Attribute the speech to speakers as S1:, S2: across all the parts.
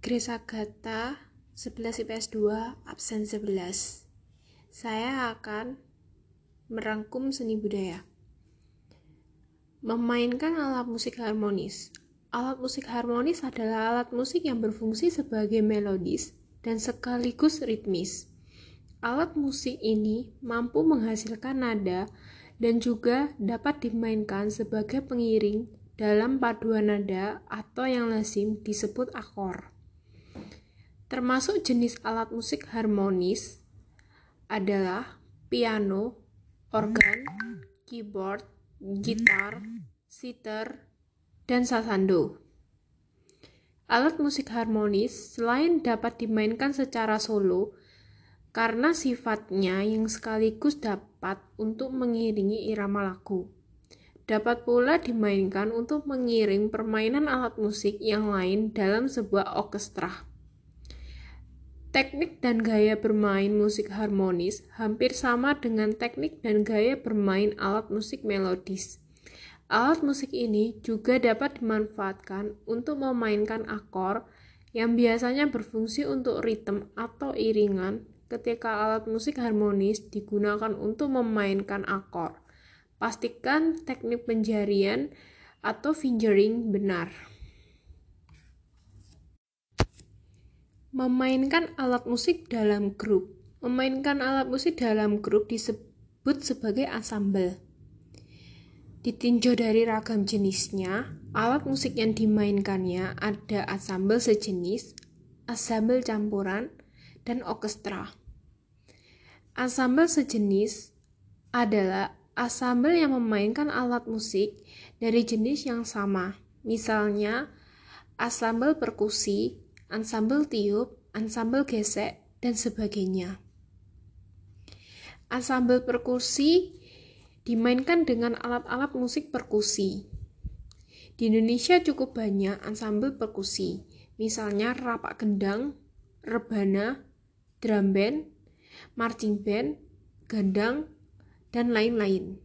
S1: Grace Agatha, 11 IPS 2, absen 11. Saya akan merangkum seni budaya. Memainkan alat musik harmonis. Alat musik harmonis adalah alat musik yang berfungsi sebagai melodis dan sekaligus ritmis. Alat musik ini mampu menghasilkan nada dan juga dapat dimainkan sebagai pengiring dalam paduan nada atau yang lazim disebut akor. Termasuk jenis alat musik harmonis adalah piano, organ, keyboard, gitar, sitar, dan sasando. Alat musik harmonis selain dapat dimainkan secara solo, karena sifatnya yang sekaligus dapat untuk mengiringi irama lagu. Dapat pula dimainkan untuk mengiring permainan alat musik yang lain dalam sebuah orkestra. Teknik dan gaya bermain musik harmonis hampir sama dengan teknik dan gaya bermain alat musik melodis. Alat musik ini juga dapat dimanfaatkan untuk memainkan akor yang biasanya berfungsi untuk ritme atau iringan ketika alat musik harmonis digunakan untuk memainkan akor. Pastikan teknik penjarian atau fingering benar. Memainkan alat musik dalam grup. Memainkan alat musik dalam grup disebut sebagai ensemble. Ditinjau dari ragam jenisnya, alat musik yang dimainkannya ada ensemble sejenis, ensemble campuran, dan orkestra. Ensemble sejenis adalah ensemble yang memainkan alat musik dari jenis yang sama. Misalnya, ensemble perkusi, ensemble tiup, ensemble gesek, dan sebagainya. Ensemble perkusi dimainkan dengan alat-alat musik perkusi. Di Indonesia cukup banyak ensemble perkusi, misalnya rapak gendang, rebana, drum band, marching band, gandang, dan lain-lain.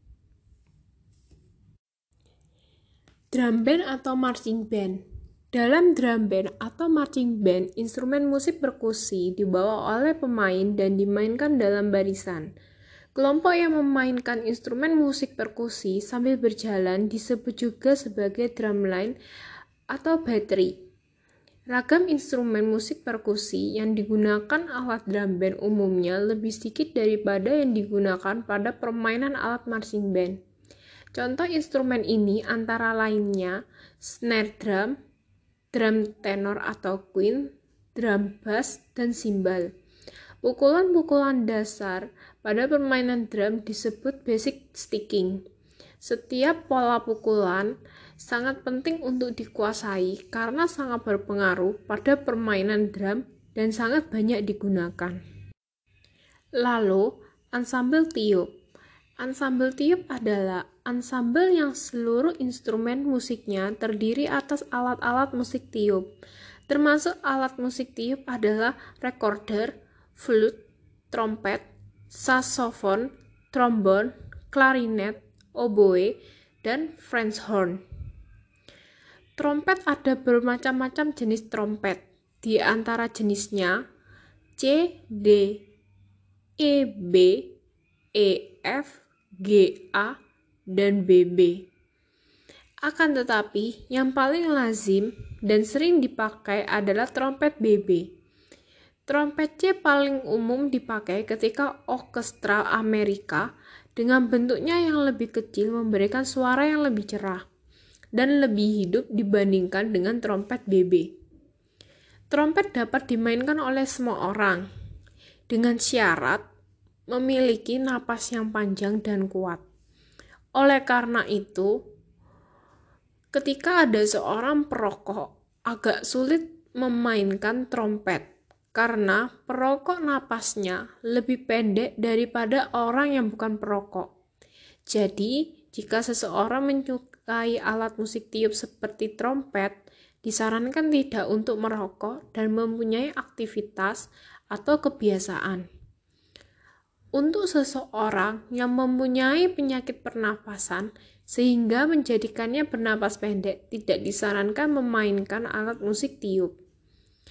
S1: Drum band atau marching band. Dalam drum band atau marching band, instrumen musik perkusi dibawa oleh pemain dan dimainkan dalam barisan. Kelompok yang memainkan instrumen musik perkusi sambil berjalan disebut juga sebagai drumline atau battery. Ragam instrumen musik perkusi yang digunakan alat drum band umumnya lebih sedikit daripada yang digunakan pada permainan alat marching band. Contoh instrumen ini antara lainnya snare drum, drum tenor atau queen, drum bass, dan cymbal. Pukulan-pukulan dasar pada permainan drum disebut basic sticking. Setiap pola pukulan sangat penting untuk dikuasai karena sangat berpengaruh pada permainan drum dan sangat banyak digunakan. Lalu, ensemble tiup. Ensemble tiup adalah ensemble yang seluruh instrumen musiknya terdiri atas alat-alat musik tiup. Termasuk alat musik tiup adalah recorder, flute, trompet, saxophone, trombon, klarinet, oboe, dan French horn. Trompet ada bermacam-macam jenis trompet. Di antara jenisnya C, D, E, B, E, F, G, A, dan BB. Akan tetapi, yang paling lazim dan sering dipakai adalah trompet BB. Trompet C paling umum dipakai ketika orkestra Amerika dengan bentuknya yang lebih kecil memberikan suara yang lebih cerah dan lebih hidup dibandingkan dengan trompet BB. Trompet dapat dimainkan oleh semua orang dengan syarat memiliki napas yang panjang dan kuat. Oleh karena itu, ketika ada seorang perokok, agak sulit memainkan trompet karena perokok napasnya lebih pendek daripada orang yang bukan perokok. Jadi, jika seseorang menyukai alat musik tiup seperti trompet, disarankan tidak untuk merokok dan mempunyai aktivitas atau kebiasaan. Untuk seseorang yang mempunyai penyakit pernapasan sehingga menjadikannya bernapas pendek, tidak disarankan memainkan alat musik tiup.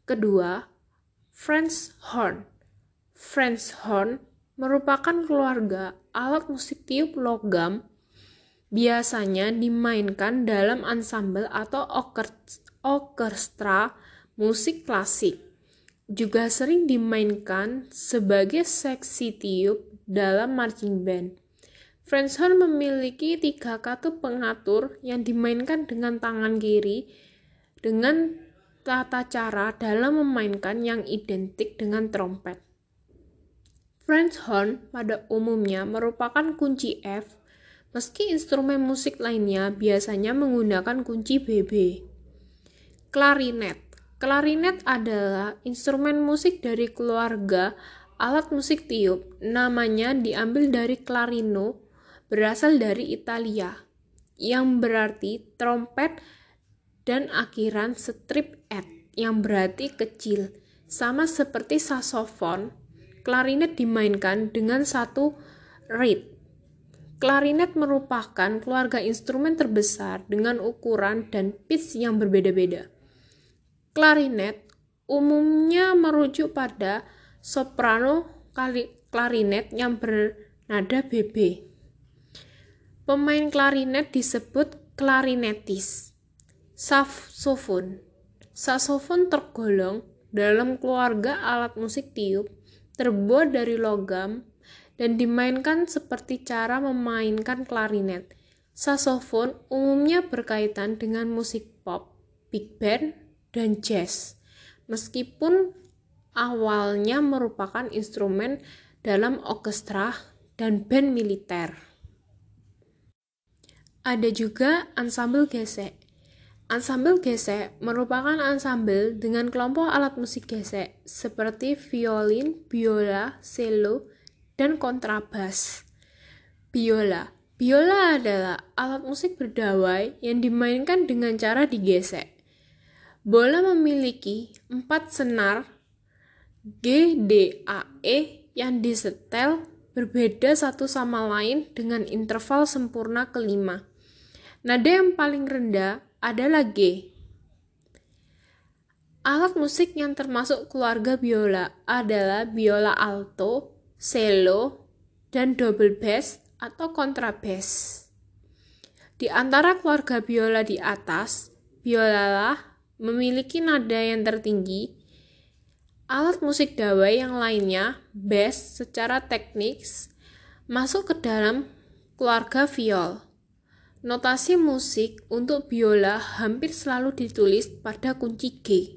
S1: Kedua, French horn. French horn merupakan keluarga alat musik tiup logam, biasanya dimainkan dalam ansambel atau orkestra musik klasik. Juga sering dimainkan sebagai seksi tiup dalam marching band. French horn memiliki 3 katup pengatur yang dimainkan dengan tangan kiri dengan tata cara dalam memainkan yang identik dengan trompet. French horn pada umumnya merupakan kunci F, meski instrumen musik lainnya biasanya menggunakan kunci BB. Klarinet. Klarinet adalah instrumen musik dari keluarga alat musik tiup. Namanya diambil dari clarino, berasal dari Italia, yang berarti trompet dan akhiran strip et, yang berarti kecil. Sama seperti saxophone, klarinet dimainkan dengan satu reed. Klarinet merupakan keluarga instrumen terbesar dengan ukuran dan pitch yang berbeda-beda. Klarinet umumnya merujuk pada soprano klarinet yang bernada BB. Pemain klarinet disebut klarinetis. Saxophone. Saxophone tergolong dalam keluarga alat musik tiup, terbuat dari logam dan dimainkan seperti cara memainkan klarinet. Saxophone umumnya berkaitan dengan musik pop, big band, dan jazz, meskipun awalnya merupakan instrumen dalam orkestra dan band militer. Ada juga ansambel gesek. Ansambel gesek merupakan ansambel dengan kelompok alat musik gesek seperti violin, biola, cello, dan kontrabas. Biola. Biola adalah alat musik berdawai yang dimainkan dengan cara digesek. Bola memiliki 4 senar G, D, A, E yang disetel berbeda satu sama lain dengan interval sempurna kelima. Nada yang paling rendah adalah G. Alat musik yang termasuk keluarga biola adalah biola alto, cello, dan double bass atau kontrabas. Di antara keluarga biola di atas, biola memiliki nada yang tertinggi. Alat musik dawai yang lainnya, bass secara teknis, masuk ke dalam keluarga viol. Notasi musik untuk biola hampir selalu ditulis pada kunci G.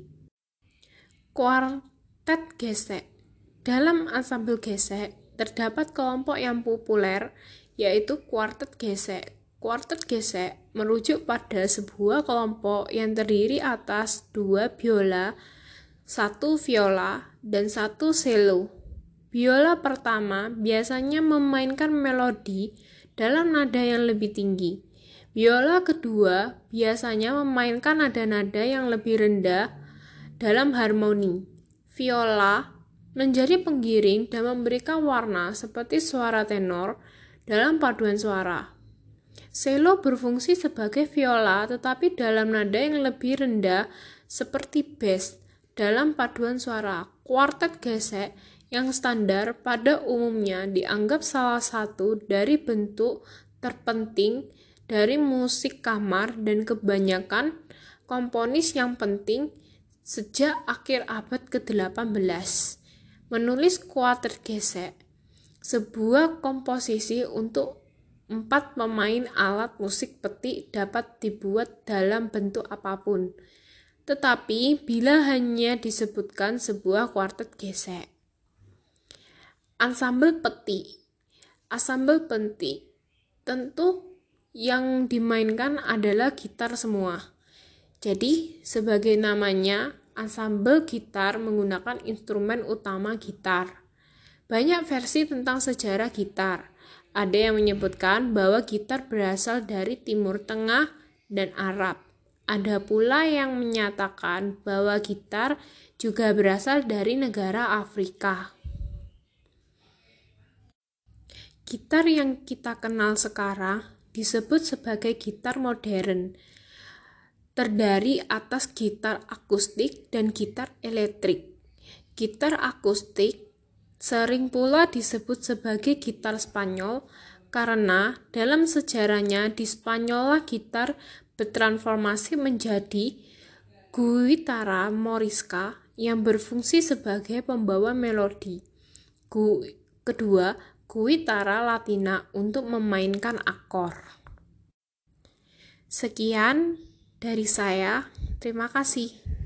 S1: Kuartet gesek. Dalam ansambel gesek, terdapat kelompok yang populer, yaitu kuartet gesek. Kuartet gesek merujuk pada sebuah kelompok yang terdiri atas 2 biola, 1 viola, dan 1 cello. Biola pertama biasanya memainkan melodi dalam nada yang lebih tinggi. Biola kedua biasanya memainkan nada-nada yang lebih rendah dalam harmoni. Viola menjadi penggiring dan memberikan warna seperti suara tenor dalam paduan suara. Cello berfungsi sebagai viola tetapi dalam nada yang lebih rendah seperti bass dalam paduan suara. Kuartet gesek yang standar pada umumnya dianggap salah satu dari bentuk terpenting dari musik kamar dan kebanyakan komponis yang penting sejak akhir abad ke-18 menulis kuartet gesek, sebuah komposisi untuk 4 pemain alat musik petik dapat dibuat dalam bentuk apapun, tetapi bila hanya disebutkan sebuah kuartet gesek. Ansambel petik. Ansambel petik tentu yang dimainkan adalah gitar semua. Jadi, sebagai namanya, ansambel gitar menggunakan instrumen utama gitar. Banyak versi tentang sejarah gitar. Ada yang menyebutkan bahwa gitar berasal dari Timur Tengah dan Arab. Ada pula yang menyatakan bahwa gitar juga berasal dari negara Afrika. Gitar yang kita kenal sekarang disebut sebagai gitar modern. terdiri atas gitar akustik dan gitar elektrik. Gitar akustik sering pula disebut sebagai gitar Spanyol karena dalam sejarahnya di Spanyol gitar bertransformasi menjadi guitarra morisca yang berfungsi sebagai pembawa melodi. Kedua, guitarra latina untuk memainkan akor. Sekian dari saya, terima kasih.